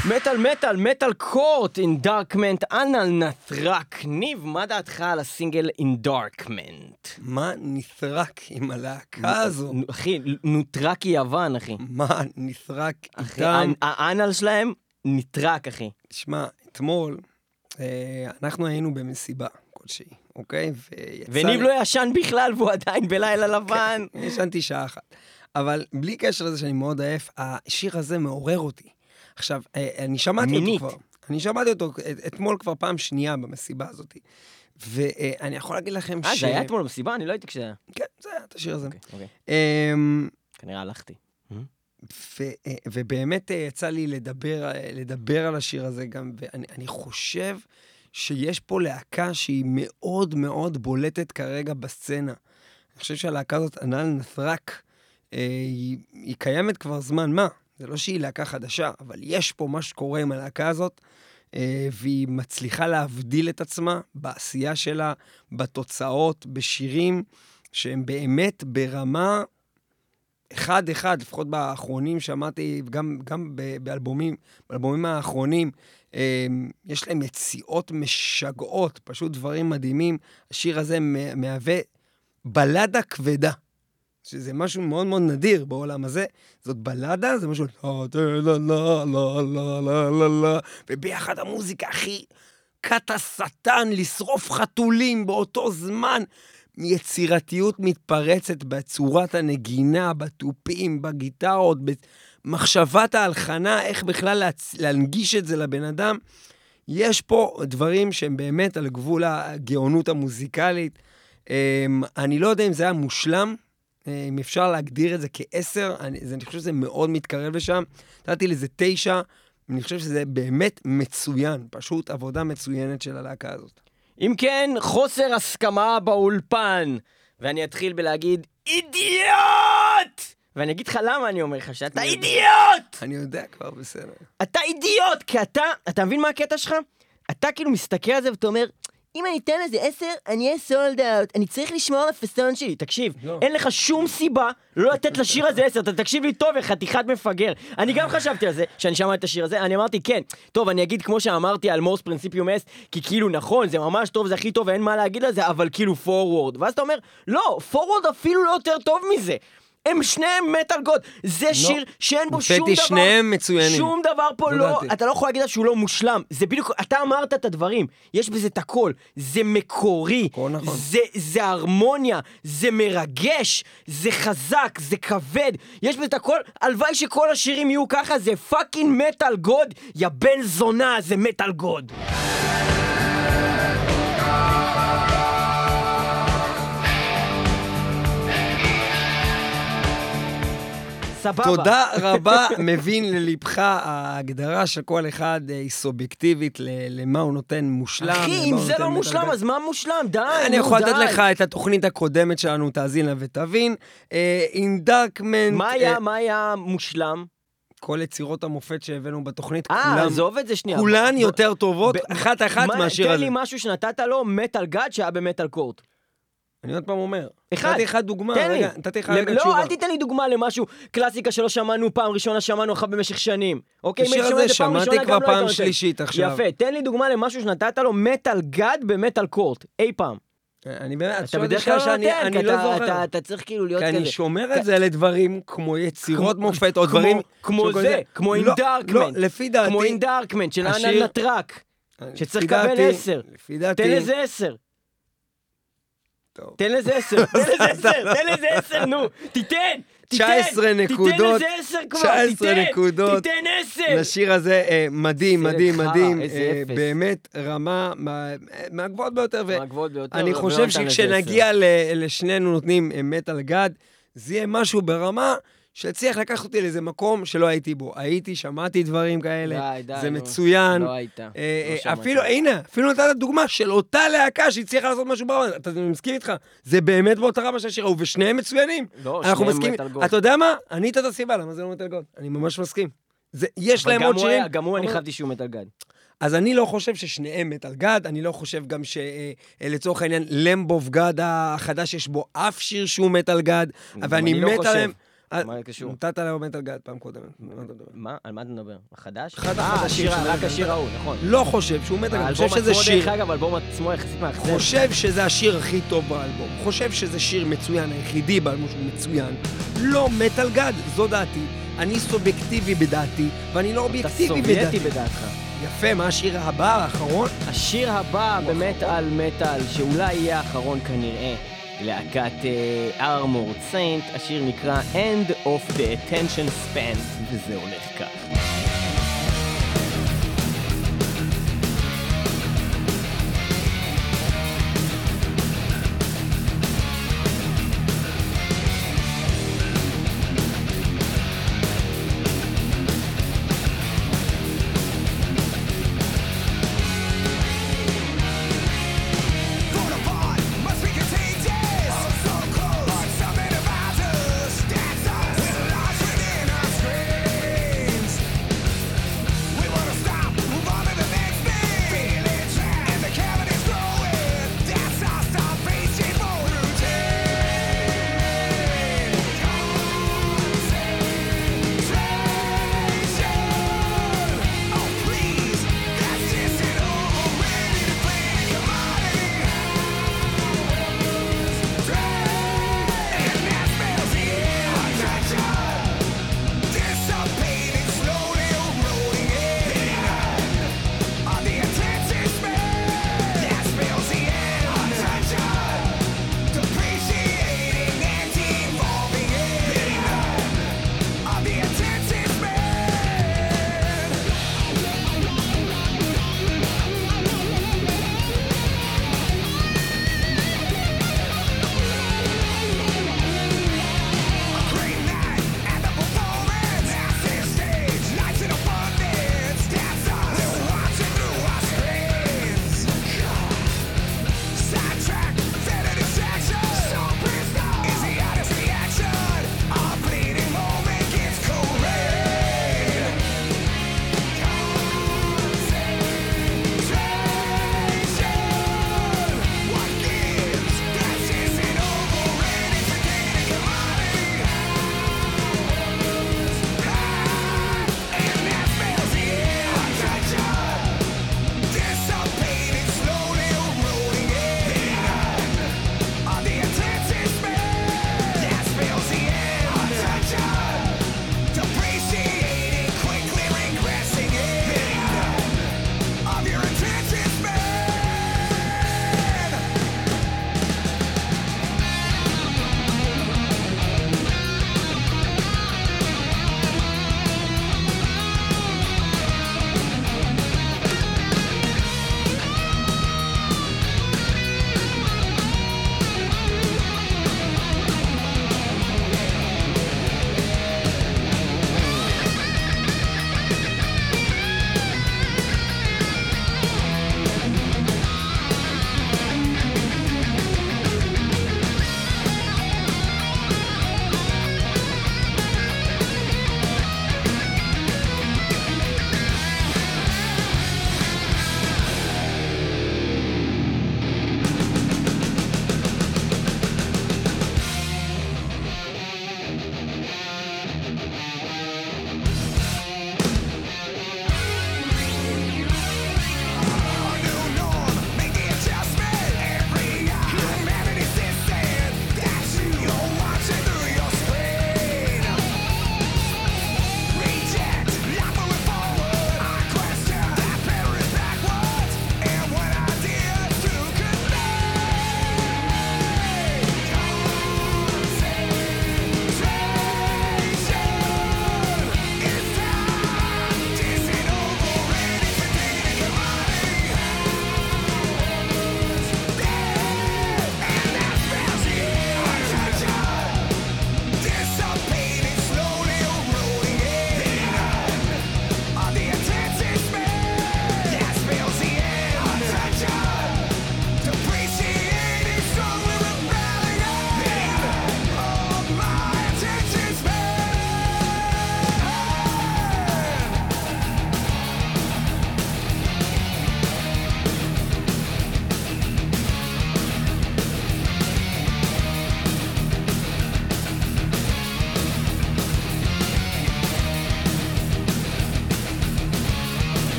מטל קורט in Darkment, אנל נתרק. ניב, מה דעתך על הסינגל in Darkment? מה נסרק עם הלהקה הזו? אחי, נוטרק יוון, אחי. מה נסרק אחי, איתם? האנל שלהם נטרק, אחי. תשמע, אתמול אנחנו היינו במסיבה כלשהי, אוקיי? וניב לא ישן בכלל, והוא עדיין בלילה לבן. ישנתי שעה אחת. אבל בלי קשר לזה שאני מאוד עייף, השיר הזה מעורר אותי. עכשיו, אני שמעתי אותו כבר. אני שמעתי אותו אתמול כבר פעם שנייה במסיבה הזאת. ואני יכול להגיד לכם זה היה אתמול במסיבה? אני לא הייתי כשזה היה. כן, זה היה את השיר הזה. אוקיי. כנראה הלכתי. ובאמת יצא לי לדבר על השיר הזה גם, ואני חושב שיש פה להקה שהיא מאוד מאוד בולטת כרגע בסצנה. אני חושב שהלהקה הזאת, אנל נתרק, היא קיימת כבר זמן מה. זה לא שהיא להקה חדשה, אבל יש פה מה שקורה עם הלהקה הזאת, והיא מצליחה להבדיל את עצמה בעשייה שלה, בתוצאות, בשירים, שהם באמת ברמה אחד, לפחות באחרונים שמעתי, גם באלבומים האחרונים, יש להם מציאות משגעות, פשוט דברים מדהימים. השיר הזה מהווה בלדה כבדה, שזה משהו מאוד מאוד נדיר בעולם הזה. זאת בלדה, זה משהו וביחד המוזיקה הכי קטע שטן, לשרוף חתולים באותו זמן, יצירתיות מתפרצת בצורת הנגינה, בטופים, בגיטרות, במחשבת ההלחנה, איך בכלל להנגיש את זה לבן אדם. יש פה דברים שהם באמת על גבול הגאונות המוזיקלית. אני לא יודע אם זה היה מושלם, אם אפשר להגדיר את זה כ10, אני חושב שזה מאוד מתקרב לשם. נתתי לזה 9, אני חושב שזה באמת מצוין, פשוט עבודה מצוינת של הלהקה הזאת. אם כן, חוסר הסכמה באולפן. ואני אתחיל בלהגיד, אידיוט! ואני אגיד לך למה אני אומר לך שאתה אידיוט! אני יודע כבר בסדר. אתה אידיוט! כי אתה מבין מה הקטע שלך? אתה כאילו מסתכל על זה ואתה אומר, אם אני אתן לזה 10, אני אהיה סולד אאוט. אני צריך לשמור על הפסטון שלי. תקשיב, אין לך שום סיבה לא לתת לשיר הזה 10. אתה תקשיב לי טוב, חתיכת מפגר. אני גם חשבתי על זה, שאני שמעתי את השיר הזה. אני אמרתי, כן, טוב, אני אגיד כמו שאמרתי על מורס פרינסיפיום אס, כי כאילו נכון, זה ממש טוב, זה הכי טוב, ואין מה להגיד על זה, אבל כאילו פורוורד. ואז אתה אומר, לא, פורוורד אפילו לא יותר טוב מזה. הם שניהם מטל גוד. זה שיר שאין בו שום דבר. שניהם מצוינים. שום דבר פה לא, אתה לא יכול להגיד שהוא לא מושלם. זה בדיוק, אתה אמרת את הדברים. יש בזה את הכל. זה מקורי. נכון. זה הרמוניה. זה מרגש. זה חזק. זה כבד. יש בזה את הכל. הלוואי שכל השירים יהיו ככה. זה פאקינג מטל גוד. יא בן זונה, זה מטל גוד. סבבה. תודה רבה, מבין ללבך, ההגדרה של כל אחד היא סובייקטיבית למה הוא נותן מושלם. אחי, אם זה לא מושלם, אז מה מושלם? די, אני יכול לתת לך את התוכנית הקודמת שלנו, תאזין לה ותבין. In Darkment... מה היה מושלם? כל יצירות המופת שהבאנו בתוכנית, עזוב את זה שנייה. כולן יותר טובות, אחת מהשיר הזה. תן לי משהו שנתת לו, מטל גד שהיה במטל קורט. אני עוד פעם אומר, אחד. נתתי לך דוגמה, נתתי לך רגע תשובה. לא, אל תיתן לי דוגמה למשהו, קלאסיקה שלא שמענו פעם ראשונה, שמענו אחת במשך שנים. אוקיי, השיר הזה שמעתי כבר פעם שלישית עכשיו. יפה, תן לי דוגמה למשהו שנתת לו מטל גד במטל קורט, אי פעם. אני באמת, אתה בדרך כלל לא נותן, כי אתה צריך כאילו להיות כזה. כי אני שומר את זה לדברים כמו יצירות מופת, או דברים... כמו זה, כמו אין דארקמנט. לא, לפי דעתי... כמו אין דארקמנט, של אנל נתרק. שצריך לקבל 10. תן לזה 10. תן לזה 10, תן לזה 10, נו, תיתן 19 נקודות, תיתן לזה 10 כבר, 19 נקודות, תיתן 10. לשיר הזה מדהים, באמת רמה מהגבוהות ביותר, ואני חושב שכשנגיע לשנינו נותנים מטל גד, זה יהיה משהו ברמה שהצליח לקחת אותי לאיזה מקום שלא הייתי בו. שמעתי דברים כאלה, זה מצוין. לא היית. אפילו, הנה, אפילו נתת דוגמה של אותה להקה שהצליחה לעשות משהו ברמה. אתה מסכים איתך? זה באמת באותה רמה של השיר, ושניהם מצוינים. לא, שניהם מטל גוד. אתה יודע מה? אני איתה את הסיבה, למה זה לא מטל גוד? אני ממש מסכים. יש להם עוד שירים. גם הוא אני חשבתי שהוא מטל גד. אז אני לא חושב ששניהם מטל גד, אני לא חושב גם שלצורך העניין למב אוף גד החדש יש בו אף שיר שהוא מטל גד, אבל אני מת עליהם. מה זה קשור? נתת לו מטל גד פעם קודמת. מה אתה מדבר? מה? על מה אתה מדבר? החדש? אחד החדשים של רק מטל השיר גד. ההוא, נכון. לא חושב שהוא מטל גד, חושב האלבום שזה עצמו שיר... דרך אגב, האלבום עצמו יחסית מאכזב. חושב שזה השיר הכי טוב באלבום. חושב שזה שיר מצוין, היחידי באלבום שהוא מצוין. לא מטל גד, זו דעתי. אני סובייקטיבי בדעתי, ואני לא אובייקטיבי אתה בדעתי. סובייטי בדעתך. יפה, מה השיר הבא, האחרון? השיר הבא במטאל מטאל, שאולי יהיה האחרון כנראה, להקת Armored Saint, השיר נקרא End of the Attention Span, וזה הולך כך. Something about us that's us, lost within our screams.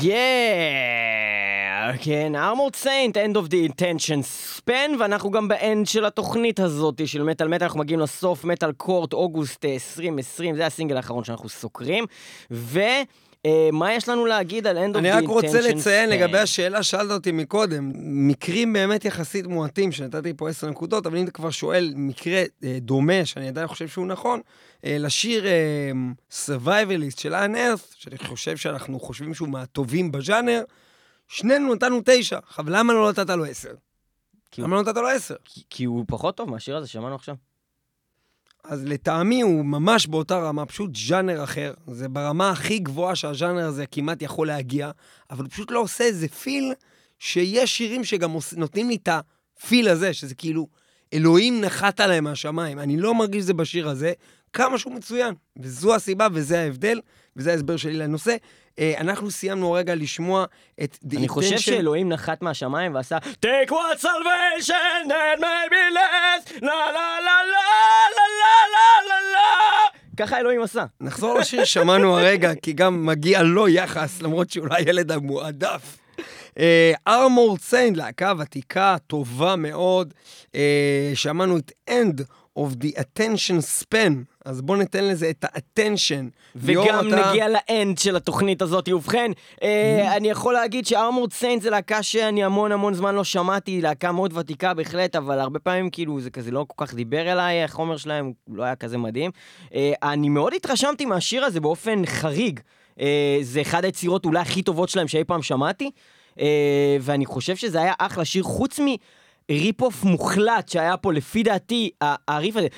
כן, Armored Saint, End of the Intention Span, ואנחנו גם באנד של התוכנית הזאת של מטל מטל, אנחנו מגיעים לסוף, מטל קורט, אוגוסט 2020, זה הסינגל האחרון שאנחנו סוקרים, מה יש לנו להגיד על End of the Intention Span? אני רק רוצה לציין לגבי השאלה שאלת אותי מקודם, מקרים באמת יחסית מועטים, שנתתי פה 10 נקודות, אבל אם אתה כבר שואל מקרה דומה, שאני עדיין חושב שהוא נכון, לשיר Survivalist של Unearth, שאני חושב שאנחנו חושבים שהוא מהטובים בז'אנר, שנינו נתנו 9, אבל למה לא נתת לו 10? למה לא נתת לו 10? כי הוא פחות טוב מהשיר הזה, שמענו עכשיו. אז לטעמי הוא ממש באותה רמה, פשוט ז'אנר אחר. זה ברמה הכי גבוהה שהז'אנר הזה כמעט יכול להגיע, אבל הוא פשוט לא עושה איזה פיל, שיש שירים שגם נותנים לי את הפיל הזה, שזה כאילו אלוהים נחת עליהם מהשמיים. אני לא מרגיש זה בשיר הזה, כמה שהוא מצוין. וזו הסיבה וזה ההבדל, וזה ההסבר שלי לנושא. אנחנו סיימנו רגע לשמוע את The Intention. אני חושב שאלוהים נחת מהשמיים ועשה Take what salvation and maybe less la la la la la la la la ככה אלוהים עשה. נחזור לשיר שמענו הרגע, כי גם מגיע לו יחס, למרות שהוא לא הילד המועדף. Armored Saint, להקה ותיקה, טובה מאוד. שמענו את End of the Attention Span, אז בוא ניתן לזה את ה-attention. וגם נגיע לאנד של התוכנית הזאת. ובכן, אני יכול להגיד ש-Armored Saint זה להקה שאני המון זמן לא שמעתי, להקה מאוד ותיקה בהחלט, אבל הרבה פעמים כאילו זה כזה לא כל כך דיבר אליי, החומר שלהם לא היה כזה מדהים. אני מאוד התרשמתי מהשיר הזה באופן חריג. זה אחד היצירות אולי הכי טובות שלהם שאי פעם שמעתי, ואני חושב שזה היה אחלה שיר, חוץ ריפ-אוף מוחלט שהיה פה, לפי דעתי, הריף הזה,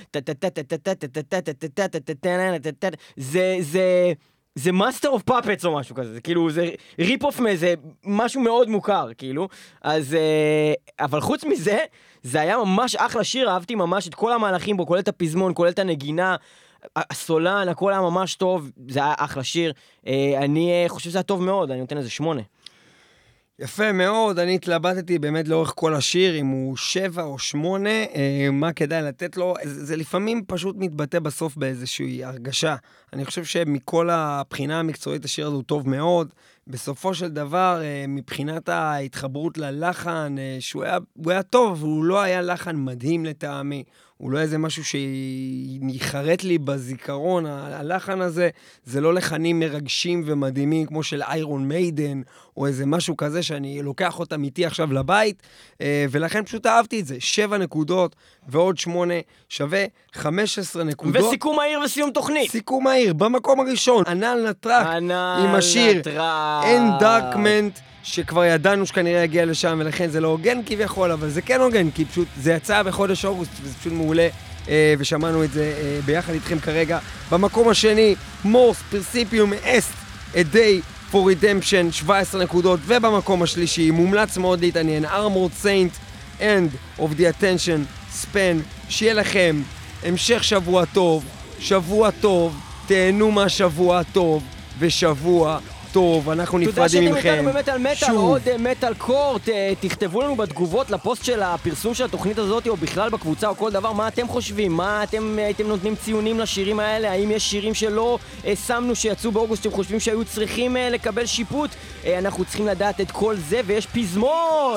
זה מאסטר אוף פאפטס או משהו כזה, זה כאילו, זה ריפ-אוף מאיזה משהו מאוד מוכר, כאילו, אז, אבל חוץ מזה, זה היה ממש אחלה שיר, אהבתי ממש את כל המהלכים בו, כולל את הפזמון, כולל את הנגינה, הסולן, הכל היה ממש טוב, זה היה אחלה שיר, אני חושב שזה היה טוב מאוד, אני נותן איזה 8. יפה מאוד, אני התלבטתי באמת לאורך כל השיר, אם הוא 7 או 8, מה כדאי לתת לו, זה לפעמים פשוט מתבטא בסוף באיזושהי הרגשה. אני חושב שמכל הבחינה המקצועית השיר הזה הוא טוב מאוד, בסופו של דבר, מבחינת ההתחברות ללחן, שהוא היה טוב, הוא לא היה לחן מדהים לטעמי, הוא לא איזה משהו שיחרט לי בזיכרון, הלחן הזה, זה לא לחנים מרגשים ומדהימים, כמו של איירון מיידן, או איזה משהו כזה שאני לוקח אותם איתי עכשיו לבית, ולכן פשוט אהבתי את זה, 7 נקודות ועוד 8 שווה 15 נקודות. וסיכום מהיר וסיום תוכנית. סיכום מהיר, במקום הראשון, ענל נטרק, עם השיר Enddarkment, שכבר ידענו שכנראה יגיע לשם, ולכן זה לא הוגן כביכול, אבל זה כן הוגן, כי פשוט זה יצא בחודש אוגוסט, וזה פשוט מעולה, ושמענו את זה ביחד איתכם כרגע. במקום השני, Mors Percipium Est, A Day for Redemption, 17 נקודות, ובמקום השלישי, מומלץ מאוד להתעניין, Armored Saint, End of the Attention Span, שיהיה לכם המשך שבוע טוב, תהנו מהשבוע הטוב, ושבוע טוב, אנחנו נפרדים מכם. תודה שאתם איתנו במטל מטל, עוד מטל קורט, תכתבו לנו בתגובות לפוסט של הפרסום של התוכנית הזאת, או בכלל בקבוצה או כל דבר, מה אתם חושבים, מה אתם הייתם נותנים ציונים לשירים האלה, האם יש שירים שלא שמנו שיצאו באוגוסט, שאתם חושבים שהיו צריכים לקבל שיפוט, אנחנו צריכים לדעת את כל זה, ויש פזמון!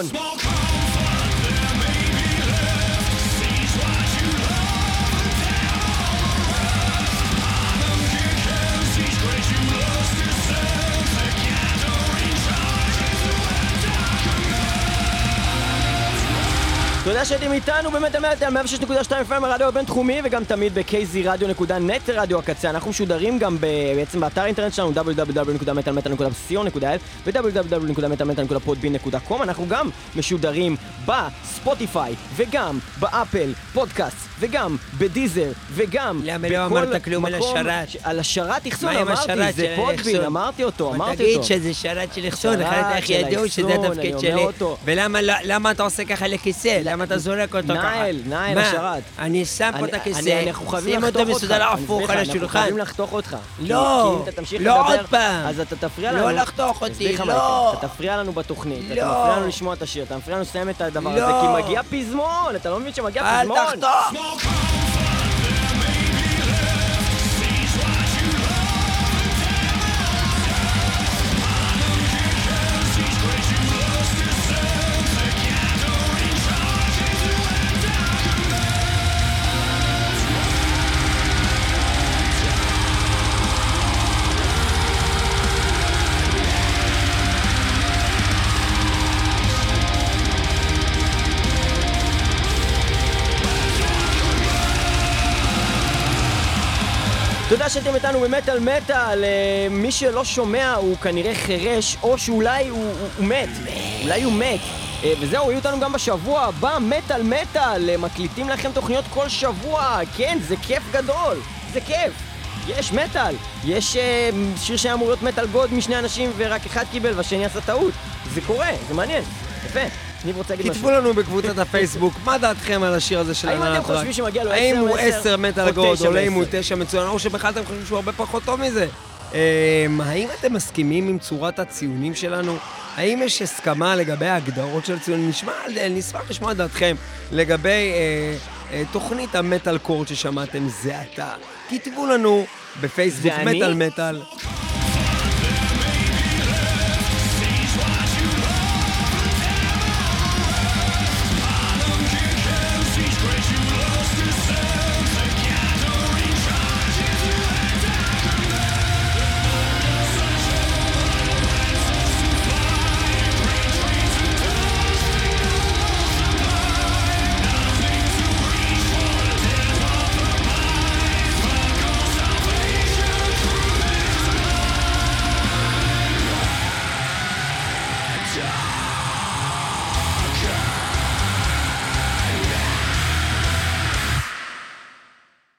תודה שאתם איתנו במטל מטל 106.2 FM הרדיו הבינתחומי, וגם תמיד ב-kzradio.net רדיו הקצה. אנחנו משודרים גם בעצם באתר האינטרנט שלנו www.metalmetal.co.il ו-www.metalmetal.podbean.com. אנחנו גם משודרים בספוטיפיי וגם באפל פודקאסט וגם בדיזר וגם למה לא אמרת כלום על השרת? על השרת אחסון אמרתי, זה פודבין, אמרתי אותו. תגיד שזה שרת של אחסון, אחד הכי ידעו שזה התפקיד שלי. ולמה אתה עושה ככה לכיסא? למה אתה זורק אותו ככה? נעל, השרת. אני שם פה את הכיסא, שים אותו מסודר הפוך על השולחן. אנחנו חייבים לחתוך אותך. לא, לא עוד פעם. אז אתה תפריע לנו. לא לחתוך אותי, לא. אתה תפריע לנו בתוכנית, אתה מפריע לנו לשמוע את השיר, אתה מפריע לנו לסיים את הדבר הזה, כי מגיע פזמון, אתה לא מבין שמגיע פזמון. אל תחתוך. תודה שאתם איתנו במטל מטל. מי שלא שומע הוא כנראה חירש, או שאולי הוא מת. אולי הוא מת. וזהו, יהיו אותנו גם בשבוע הבא, מטל מטל. מקליטים לכם תוכניות כל שבוע. כן, זה כיף גדול. זה כיף. יש מטל. יש שיר שהיה אמור להיות מטל גוד משני אנשים ורק אחד קיבל והשני עשה טעות. זה קורה, זה מעניין. יפה. אני רוצה להגיד משהו. כתבו לנו בקבוצת הפייסבוק, מה דעתכם על השיר הזה של האם ענן אתם הטרק? חושבים שמגיע לו 10 האם הוא 10 מטל גוד, או האם הוא 9 9 מצוין, או שבכלל אתם חושבים שהוא הרבה פחות טוב מזה? האם אתם מסכימים עם צורת הציונים שלנו? האם יש הסכמה לגבי ההגדרות של הציונים? נשמח לשמוע את דעתכם לגבי תוכנית המטל קורט ששמעתם זה עתה. כתבו לנו בפייסבוק מטל מטל.